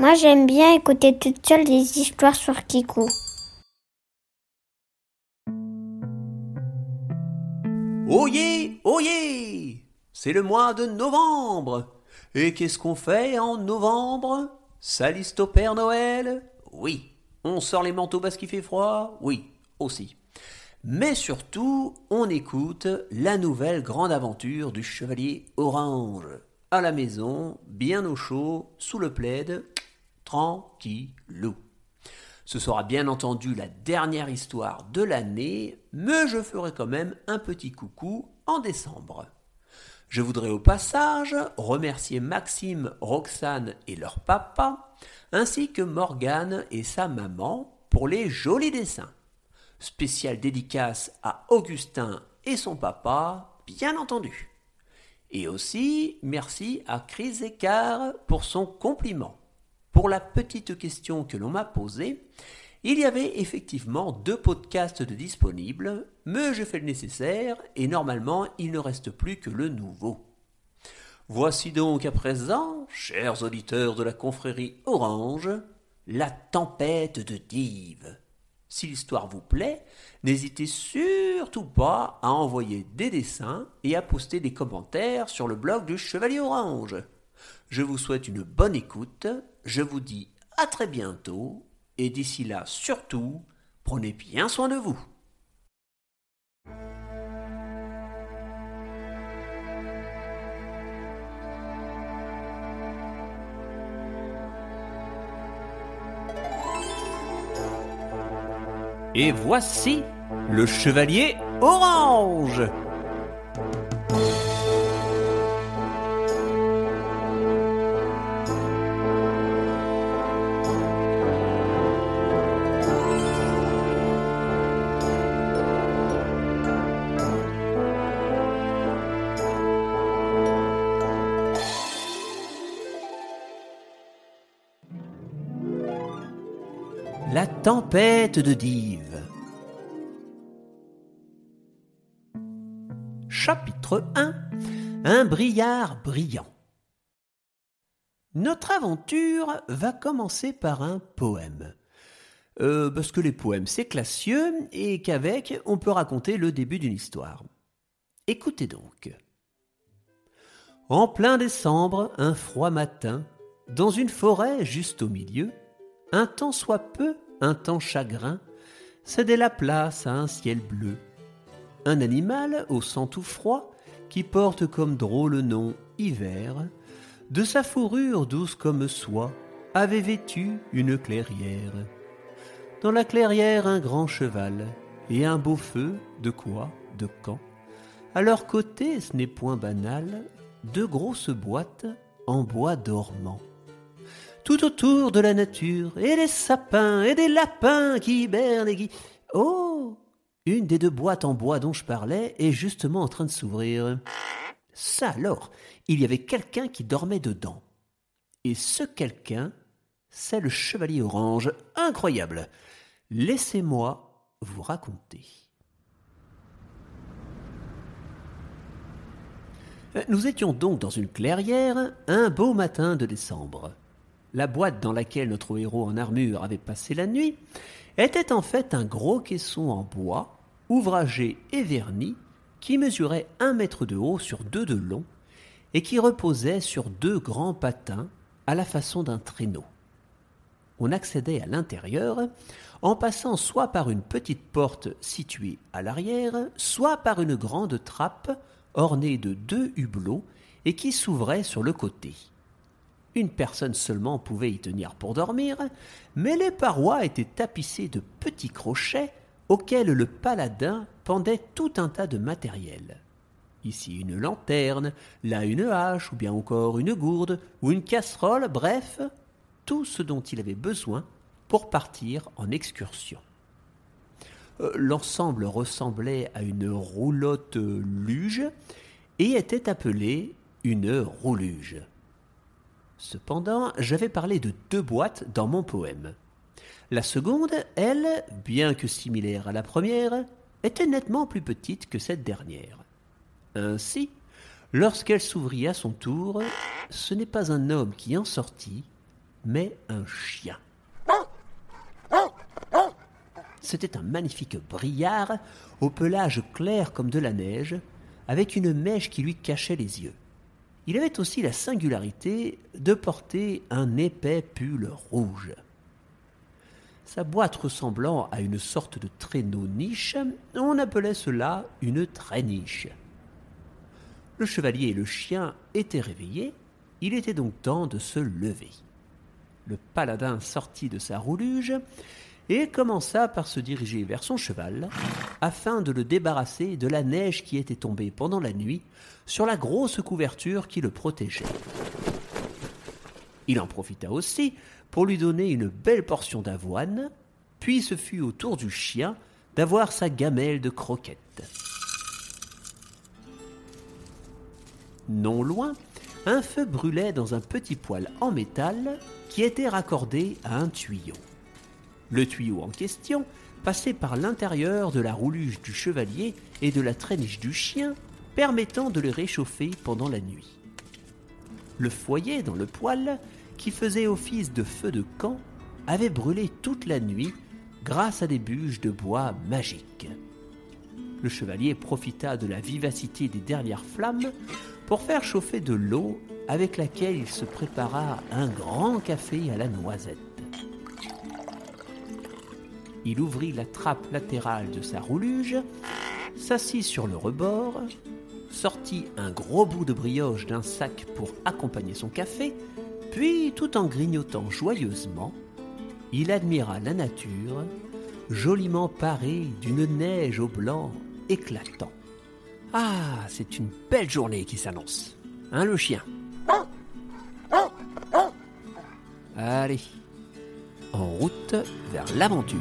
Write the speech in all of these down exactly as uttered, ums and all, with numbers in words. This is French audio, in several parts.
Moi, j'aime bien écouter toute seule des histoires sur Kikou. Oyez, oyez! C'est le mois de novembre. Et qu'est-ce qu'on fait en novembre? Ça liste au Père Noël? Oui. On sort les manteaux parce qu'il fait froid? Oui, aussi. Mais surtout, on écoute la nouvelle grande aventure du Chevalier Orange. À la maison, bien au chaud, sous le plaid, tranquillou. Ce sera bien entendu la dernière histoire de l'année, mais je ferai quand même un petit coucou en décembre. Je voudrais au passage remercier Maxime, Roxane et leur papa, ainsi que Morgane et sa maman pour les jolis dessins. Spéciale dédicace à Augustin et son papa, bien entendu. Et aussi, merci à Chris Écart pour son compliment. Pour la petite question que l'on m'a posée, il y avait effectivement deux podcasts de disponibles, mais j'ai fait le nécessaire et normalement il ne reste plus que le nouveau. Voici donc à présent, chers auditeurs de la confrérie Orange, la tempête de Dives. Si l'histoire vous plaît, n'hésitez surtout pas à envoyer des dessins et à poster des commentaires sur le blog du Chevalier Orange. Je vous souhaite une bonne écoute, je vous dis à très bientôt, et d'ici là, surtout, prenez bien soin de vous. Et voici le Chevalier Orange. La tempête de Dives. Chapitre un. Un brillard brillant. Notre aventure va commencer par un poème. Euh, parce que les poèmes c'est classieux et qu'avec on peut raconter le début d'une histoire. Écoutez donc. En plein décembre, un froid matin, dans une forêt juste au milieu, un temps soit peu, un temps chagrin, cédait la place à un ciel bleu. Un animal au sang tout froid, qui porte comme drôle nom hiver, de sa fourrure douce comme soie, avait vêtu une clairière. Dans la clairière un grand cheval, et un beau feu, de quoi, de quand. À leur côté, ce n'est point banal, deux grosses boîtes en bois dormant. Tout autour de la nature, et des sapins, et des lapins qui hibernent et qui... Oh! Une des deux boîtes en bois dont je parlais est justement en train de s'ouvrir. Ça alors, il y avait quelqu'un qui dormait dedans. Et ce quelqu'un, c'est le Chevalier Orange. Incroyable! Laissez-moi vous raconter. Nous étions donc dans une clairière un beau matin de décembre. La boîte dans laquelle notre héros en armure avait passé la nuit était en fait un gros caisson en bois, ouvragé et verni, qui mesurait un mètre de haut sur deux de long et qui reposait sur deux grands patins à la façon d'un traîneau. On accédait à l'intérieur en passant soit par une petite porte située à l'arrière, soit par une grande trappe ornée de deux hublots et qui s'ouvrait sur le côté. Une personne seulement pouvait y tenir pour dormir, mais les parois étaient tapissées de petits crochets auxquels le paladin pendait tout un tas de matériel. Ici une lanterne, là une hache, ou bien encore une gourde, ou une casserole, bref, tout ce dont il avait besoin pour partir en excursion. Euh, l'ensemble ressemblait à une roulotte luge et était appelé une rouluge. Cependant, j'avais parlé de deux boîtes dans mon poème. La seconde, elle, bien que similaire à la première, était nettement plus petite que cette dernière. Ainsi, lorsqu'elle s'ouvrit à son tour, ce n'est pas un homme qui en sortit, mais un chien. C'était un magnifique briard au pelage clair comme de la neige, avec une mèche qui lui cachait les yeux. Il avait aussi la singularité de porter un épais pull rouge. Sa boîte ressemblant à une sorte de traîneau-niche, on appelait cela une tréniche. Le chevalier et le chien étaient réveillés, il était donc temps de se lever. Le paladin sortit de sa rouluge et commença par se diriger vers son cheval afin de le débarrasser de la neige qui était tombée pendant la nuit sur la grosse couverture qui le protégeait. Il en profita aussi pour lui donner une belle portion d'avoine, puis ce fut au tour du chien d'avoir sa gamelle de croquettes. Non loin, un feu brûlait dans un petit poêle en métal qui était raccordé à un tuyau. Le tuyau en question passait par l'intérieur de la rouluge du chevalier et de la tréniche du chien, permettant de les réchauffer pendant la nuit. Le foyer dans le poêle, qui faisait office de feu de camp, avait brûlé toute la nuit grâce à des bûches de bois magiques. Le chevalier profita de la vivacité des dernières flammes pour faire chauffer de l'eau avec laquelle il se prépara un grand café à la noisette. Il ouvrit la trappe latérale de sa rouluge, s'assit sur le rebord, sortit un gros bout de brioche d'un sac pour accompagner son café, puis, tout en grignotant joyeusement, il admira la nature, joliment parée d'une neige au blanc éclatant. Ah, c'est une belle journée qui s'annonce, hein, le chien? Allez, en route vers l'aventure.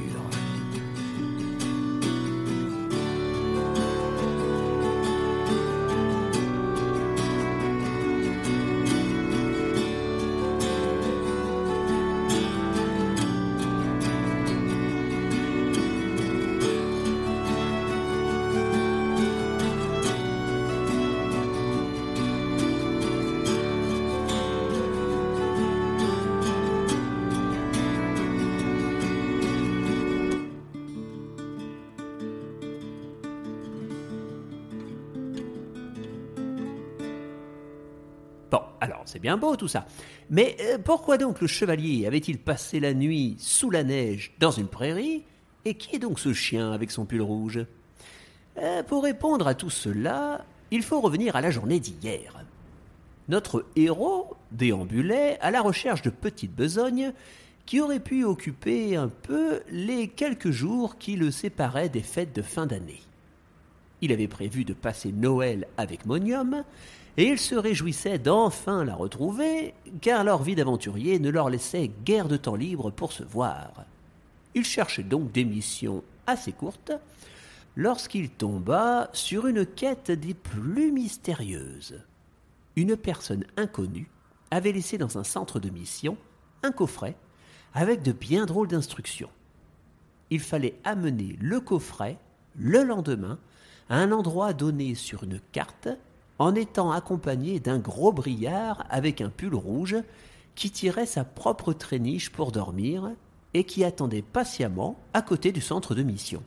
Bon, alors c'est bien beau tout ça, mais euh, pourquoi donc le chevalier avait-il passé la nuit sous la neige dans une prairie, et qui est donc ce chien avec son pull rouge? euh, Pour répondre à tout cela, il faut revenir à la journée d'hier. Notre héros déambulait à la recherche de petites besognes qui auraient pu occuper un peu les quelques jours qui le séparaient des fêtes de fin d'année. Il avait prévu de passer Noël avec Monium, et il se réjouissait d'enfin la retrouver, car leur vie d'aventurier ne leur laissait guère de temps libre pour se voir. Il cherchait donc des missions assez courtes, lorsqu'il tomba sur une quête des plus mystérieuses. Une personne inconnue avait laissé dans un centre de mission un coffret avec de bien drôles d'instructions. Il fallait amener le coffret le lendemain à un endroit donné sur une carte, en étant accompagné d'un gros briard avec un pull rouge qui tirait sa propre tréniche pour dormir et qui attendait patiemment à côté du centre de mission.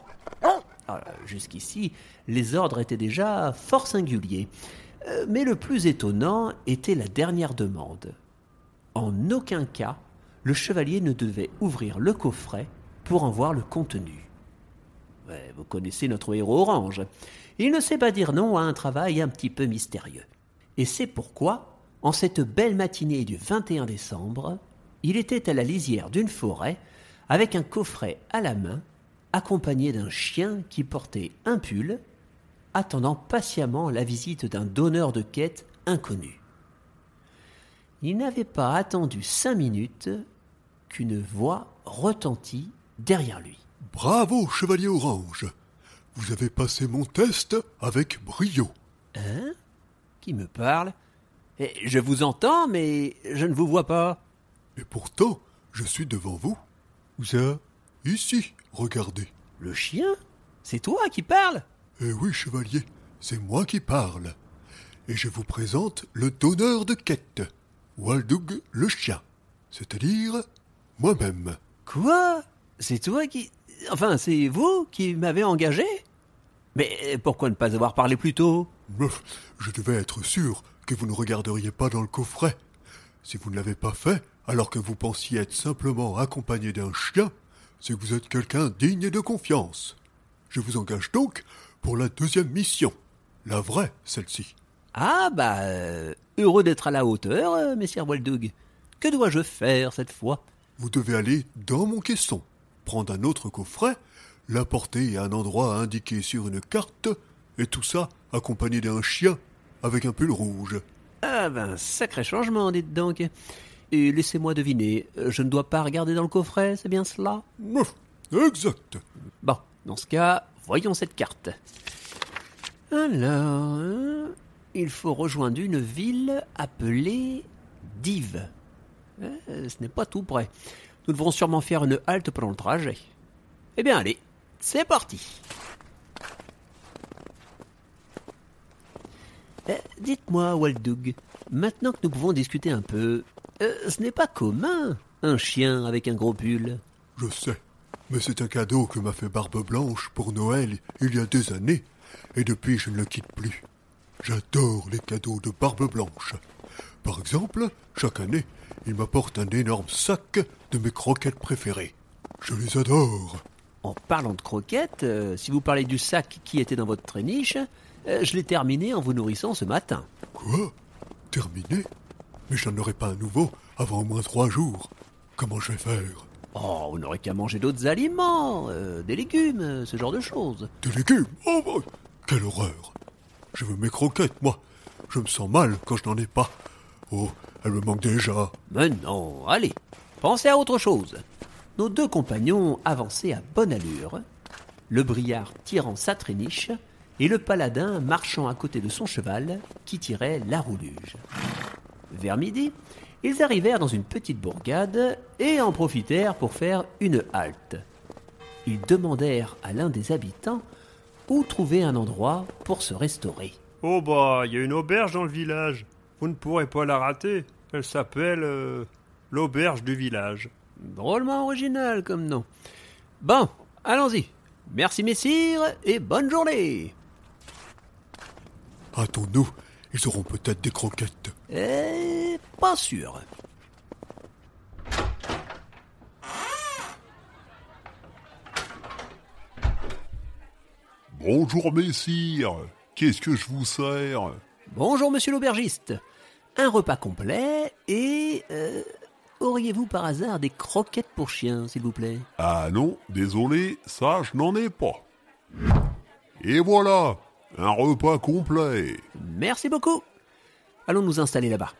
Alors, jusqu'ici, les ordres étaient déjà fort singuliers, mais le plus étonnant était la dernière demande. En aucun cas, le chevalier ne devait ouvrir le coffret pour en voir le contenu. Ouais, vous connaissez notre héros orange. Il ne sait pas dire non à un travail un petit peu mystérieux. Et c'est pourquoi, en cette belle matinée du vingt et un décembre, il était à la lisière d'une forêt, avec un coffret à la main, accompagné d'un chien qui portait un pull, attendant patiemment la visite d'un donneur de quête inconnu. Il n'avait pas attendu cinq minutes qu'une voix retentit derrière lui. « Bravo, chevalier orange! Vous avez passé mon test avec brio. »« Hein? Qui me parle? Et je vous entends, mais je ne vous vois pas. »« Et pourtant, je suis devant vous. »« Où ça? »« Ici, regardez. »« Le chien? C'est toi qui parles? »« Eh oui, chevalier, c'est moi qui parle. Et je vous présente le donneur de quête, Waldug le chien. » C'est-à-dire moi-même. Quoi? C'est toi qui... Enfin, c'est vous qui m'avez engagé? Mais pourquoi ne pas avoir parlé plus tôt? Je devais être sûr que vous ne regarderiez pas dans le coffret. Si vous ne l'avez pas fait, alors que vous pensiez être simplement accompagné d'un chien, c'est que vous êtes quelqu'un digne de confiance. Je vous engage donc pour la deuxième mission. La vraie, celle-ci. Ah bah, euh, heureux d'être à la hauteur, euh, messire Waldoug. Que dois-je faire cette fois? Vous devez aller dans mon caisson, prendre un autre coffret, l'apporter à un endroit indiqué sur une carte, et tout ça accompagné d'un chien avec un pull rouge. Ah ben, sacré changement, dites donc. Et laissez-moi deviner, je ne dois pas regarder dans le coffret, c'est bien cela? Exact. Bon, dans ce cas, voyons cette carte. Alors, hein, il faut rejoindre une ville appelée Dives. Euh, ce n'est pas tout près. Nous devrons sûrement faire une halte pendant le trajet. Eh bien, allez, c'est parti. Euh, dites-moi, Waldoug, maintenant que nous pouvons discuter un peu, euh, ce n'est pas commun, un chien avec un gros pull. Je sais, mais c'est un cadeau que m'a fait Barbe Blanche pour Noël il y a des années, et depuis je ne le quitte plus. J'adore les cadeaux de Barbe Blanche. Par exemple, chaque année, il m'apporte un énorme sac de mes croquettes préférées. Je les adore. En parlant de croquettes, euh, si vous parlez du sac qui était dans votre tréniche, euh, je l'ai terminé en vous nourrissant ce matin. Quoi? Terminé? Mais je n'en aurai pas un nouveau avant au moins trois jours. Comment je vais faire? Oh, vous n'aurez qu'à manger d'autres aliments, euh, des légumes, euh, ce genre de choses. Des légumes? Oh, oh, quelle horreur! Je veux mes croquettes, moi. Je me sens mal quand je n'en ai pas. Oh, elles me manquent déjà. Mais non, allez, pensez à autre chose. Nos deux compagnons avançaient à bonne allure, le briard tirant sa tréniche et le paladin marchant à côté de son cheval qui tirait la roue luge. Vers midi, ils arrivèrent dans une petite bourgade et en profitèrent pour faire une halte. Ils demandèrent à l'un des habitants où trouver un endroit pour se restaurer. Oh bah, il y a une auberge dans le village. Vous ne pourrez pas la rater. Elle s'appelle euh, l'auberge du village. Drôlement original comme nom. Bon, allons-y. Merci messire et bonne journée. Hâtons-nous, ils auront peut-être des croquettes. Eh, pas sûr. Bonjour messire, qu'est-ce que je vous sers? Bonjour monsieur l'aubergiste. Un repas complet et... Euh, auriez-vous par hasard des croquettes pour chiens, s'il vous plaît? Ah non, désolé, ça je n'en ai pas. Et voilà, un repas complet. Merci beaucoup. Allons nous installer là-bas.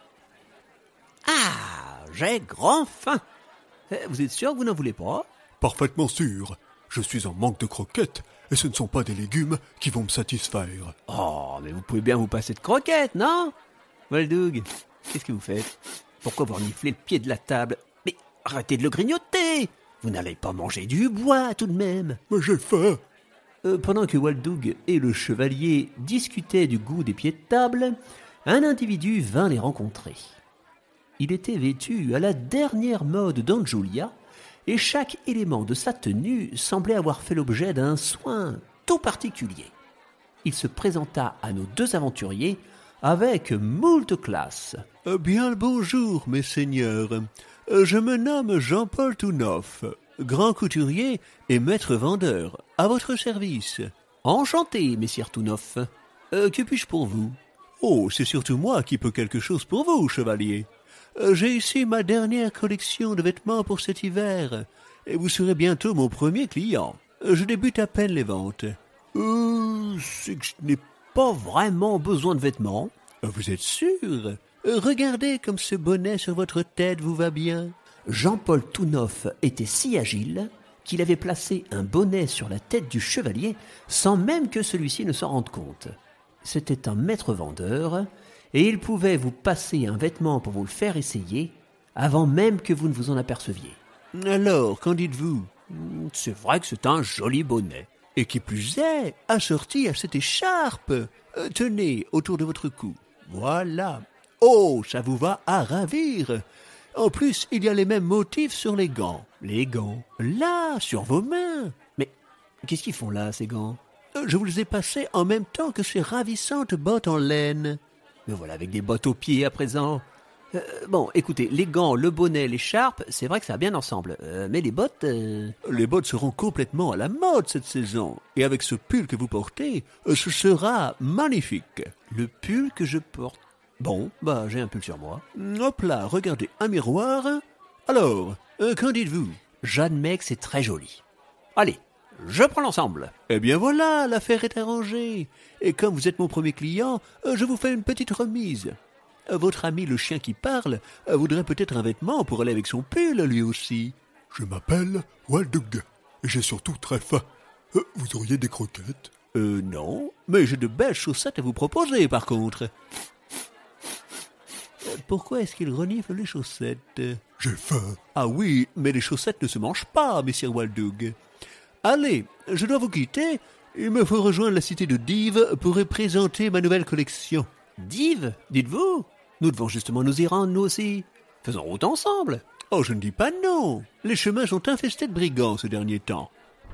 Ah, j'ai grand faim. Vous êtes sûr que vous n'en voulez pas? Parfaitement sûr. Je suis en manque de croquettes et ce ne sont pas des légumes qui vont me satisfaire. Oh, mais vous pouvez bien vous passer de croquettes, non? Waldoug, qu'est-ce que vous faites? Pourquoi vous reniflez le pied de la table? Mais arrêtez de le grignoter! Vous n'allez pas manger du bois tout de même. Mais j'ai faim. Euh, pendant que Waldoug et le chevalier discutaient du goût des pieds de table, un individu vint les rencontrer. Il était vêtu à la dernière mode d'Anjulia, et chaque élément de sa tenue semblait avoir fait l'objet d'un soin tout particulier. Il se présenta à nos deux aventuriers avec moult classe. « Bien le bonjour, mes seigneurs. Je me nomme Jean-Paul Tounoff, grand couturier et maître vendeur, à votre service. »« Enchanté, messire Tounoff. Euh, que puis-je pour vous ?»« Oh, c'est surtout moi qui peux quelque chose pour vous, chevalier. J'ai ici ma dernière collection de vêtements pour cet hiver, et vous serez bientôt mon premier client. Je débute à peine les ventes. »« Euh, c'est que je n'ai pas vraiment besoin de vêtements. » Vous êtes sûr? Regardez comme ce bonnet sur votre tête vous va bien. Jean-Paul Tounoff était si agile qu'il avait placé un bonnet sur la tête du chevalier sans même que celui-ci ne s'en rende compte. C'était un maître vendeur et il pouvait vous passer un vêtement pour vous le faire essayer avant même que vous ne vous en aperceviez. Alors, qu'en dites-vous? C'est vrai que c'est un joli bonnet. Et qui plus est, assorti à cette écharpe. Euh, tenez, autour de votre cou. Voilà. Oh, ça vous va à ravir. En plus, il y a les mêmes motifs sur les gants. Les gants, là, sur vos mains. Mais qu'est-ce qu'ils font là, ces gants ? Euh, Je vous les ai passés en même temps que ces ravissantes bottes en laine. Me voilà avec des bottes aux pieds à présent. Euh, bon, écoutez, les gants, le bonnet, l'écharpe, c'est vrai que ça va bien ensemble. Euh, mais les bottes... euh, Les bottes seront complètement à la mode cette saison. Et avec ce pull que vous portez, euh, ce sera magnifique. Le pull que je porte... Bon, bah j'ai un pull sur moi. Hop là, regardez un miroir. Alors, euh, qu'en dites-vous ? J'admets que c'est très joli. Allez, je prends l'ensemble. Eh bien voilà, l'affaire est arrangée. Et comme vous êtes mon premier client, euh, je vous fais une petite remise. Euh, Votre ami le chien qui parle euh, voudrait peut-être un vêtement pour aller avec son pull, lui aussi. Je m'appelle Waldug et j'ai surtout très faim. Euh, vous auriez des croquettes ? Euh, non, mais j'ai de belles chaussettes à vous proposer, par contre. Euh, Pourquoi est-ce qu'il renifle les chaussettes ? J'ai faim. Ah oui, mais les chaussettes ne se mangent pas, messire Waldug. Allez, je dois vous quitter. Il me faut rejoindre la cité de Dives pour y présenter ma nouvelle collection. Dives, dites-vous ? Nous devons justement nous y rendre, nous aussi. Faisons route ensemble. Oh, je ne dis pas non. Les chemins sont infestés de brigands ces derniers temps.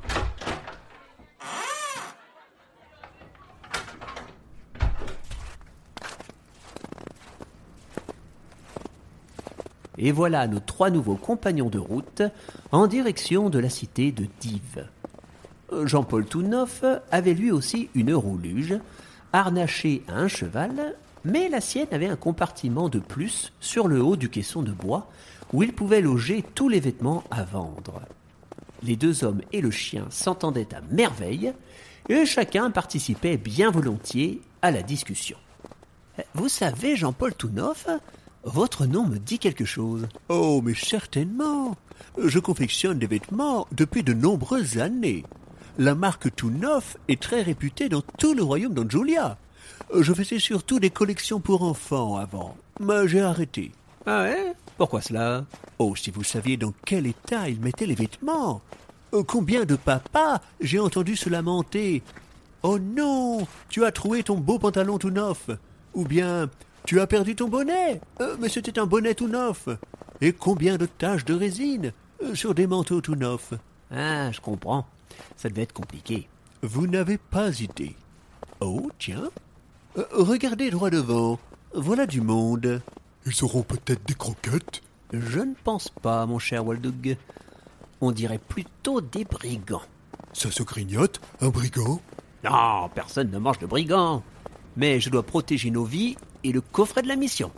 Et voilà nos trois nouveaux compagnons de route en direction de la cité de Dives. Jean-Paul tout neuf avait lui aussi une rouluge, harnachée à un cheval, mais la sienne avait un compartiment de plus sur le haut du caisson de bois où il pouvait loger tous les vêtements à vendre. Les deux hommes et le chien s'entendaient à merveille et chacun participait bien volontiers à la discussion. « Vous savez, Jean-Paul tout neuf, votre nom me dit quelque chose. »« Oh, mais certainement. Je confectionne des vêtements depuis de nombreuses années. La marque Tout Neuf est très réputée dans tout le royaume d'Anjulia. Je faisais surtout des collections pour enfants avant, mais j'ai arrêté. »« Ah ouais ? Pourquoi cela ? » ?»« Oh, si vous saviez dans quel état ils mettaient les vêtements. Combien de papas j'ai entendu se lamenter. « Oh non, tu as troué ton beau pantalon tout neuf. » Ou bien « Tu as perdu ton bonnet. Euh, mais c'était un bonnet tout neuf. » Et combien de taches de résine euh, sur des manteaux tout neufs. Ah, je comprends. Ça devait être compliqué. Vous n'avez pas idée. Oh, tiens. Euh, regardez droit devant. Voilà du monde. Ils auront peut-être des croquettes ? Je ne pense pas, mon cher Waldug. On dirait plutôt des brigands. Ça se grignote, un brigand ? Non, personne ne mange de brigands. Mais je dois protéger nos vies et le coffret de la mission.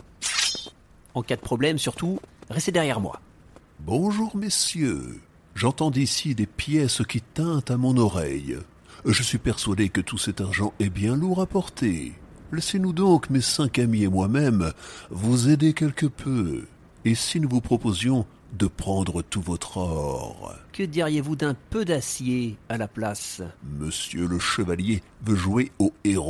En cas de problème, surtout, restez derrière moi. Bonjour, messieurs. J'entends d'ici des pièces qui tintent à mon oreille. Je suis persuadé que tout cet argent est bien lourd à porter. Laissez-nous donc, mes cinq amis et moi-même, vous aider quelque peu. Et si nous vous proposions de prendre tout votre or ? Que diriez-vous d'un peu d'acier à la place ? Monsieur le chevalier veut jouer au héros ?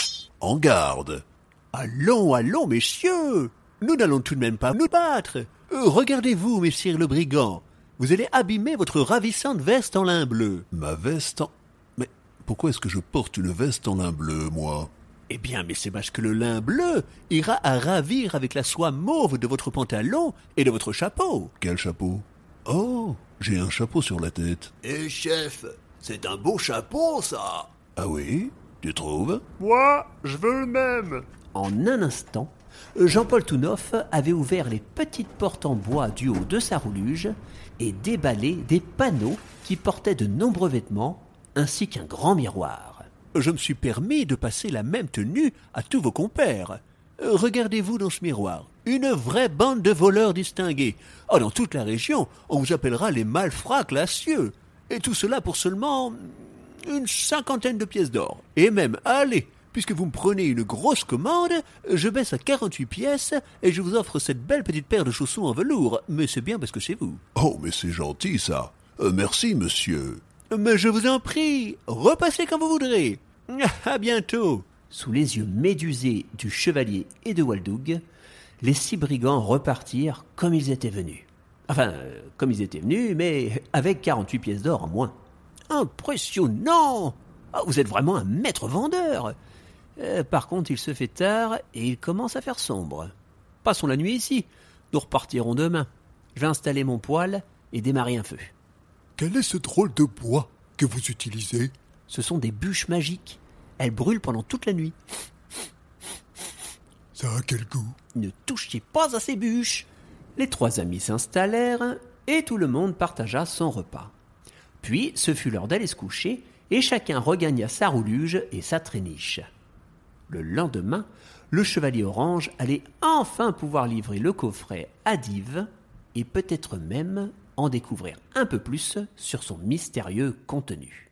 En garde ! Allons, allons, messieurs ! Nous n'allons tout de même pas nous battre. Euh, regardez-vous, messire le brigand. Vous allez abîmer votre ravissante veste en lin bleu. Ma veste en... Mais pourquoi est-ce que je porte une veste en lin bleu, moi ? Eh bien, mais c'est parce que le lin bleu ira à ravir avec la soie mauve de votre pantalon et de votre chapeau. Quel chapeau ? Oh, j'ai un chapeau sur la tête. Eh chef, c'est un beau chapeau, ça. Ah oui ? Tu trouves ? Moi, je veux le même. En un instant, Jean-Paul tout neuf avait ouvert les petites portes en bois du haut de sa rouluge et déballé des panneaux qui portaient de nombreux vêtements, ainsi qu'un grand miroir. Je me suis permis de passer la même tenue à tous vos compères. Regardez-vous dans ce miroir, une vraie bande de voleurs distingués. Oh, dans toute la région, on vous appellera les malfrats classieux. Et tout cela pour seulement une cinquantaine de pièces d'or. Et même, allez, puisque vous me prenez une grosse commande, je baisse à quarante-huit pièces et je vous offre cette belle petite paire de chaussons en velours. Mais c'est bien parce que c'est vous. Oh, mais c'est gentil, ça. Euh, merci, monsieur. Mais je vous en prie, repassez quand vous voudrez. À bientôt. Sous les yeux médusés du chevalier et de Waldug, les six brigands repartirent comme ils étaient venus. Enfin, euh, comme ils étaient venus, mais avec quarante-huit pièces d'or en moins. Impressionnant! Oh, vous êtes vraiment un maître vendeur. Euh, par contre, il se fait tard et il commence à faire sombre. Passons la nuit ici. Nous repartirons demain. Je vais installer mon poêle et démarrer un feu. Quel est ce drôle de bois que vous utilisez? Ce sont des bûches magiques. Elles brûlent pendant toute la nuit. Ça a quel goût? Ne touchez pas à ces bûches. Les trois amis s'installèrent et tout le monde partagea son repas. Puis ce fut l'heure d'aller se coucher et chacun regagna sa rouluge et sa tréniche. Le lendemain, le chevalier orange allait enfin pouvoir livrer le coffret à Dive et peut-être même en découvrir un peu plus sur son mystérieux contenu.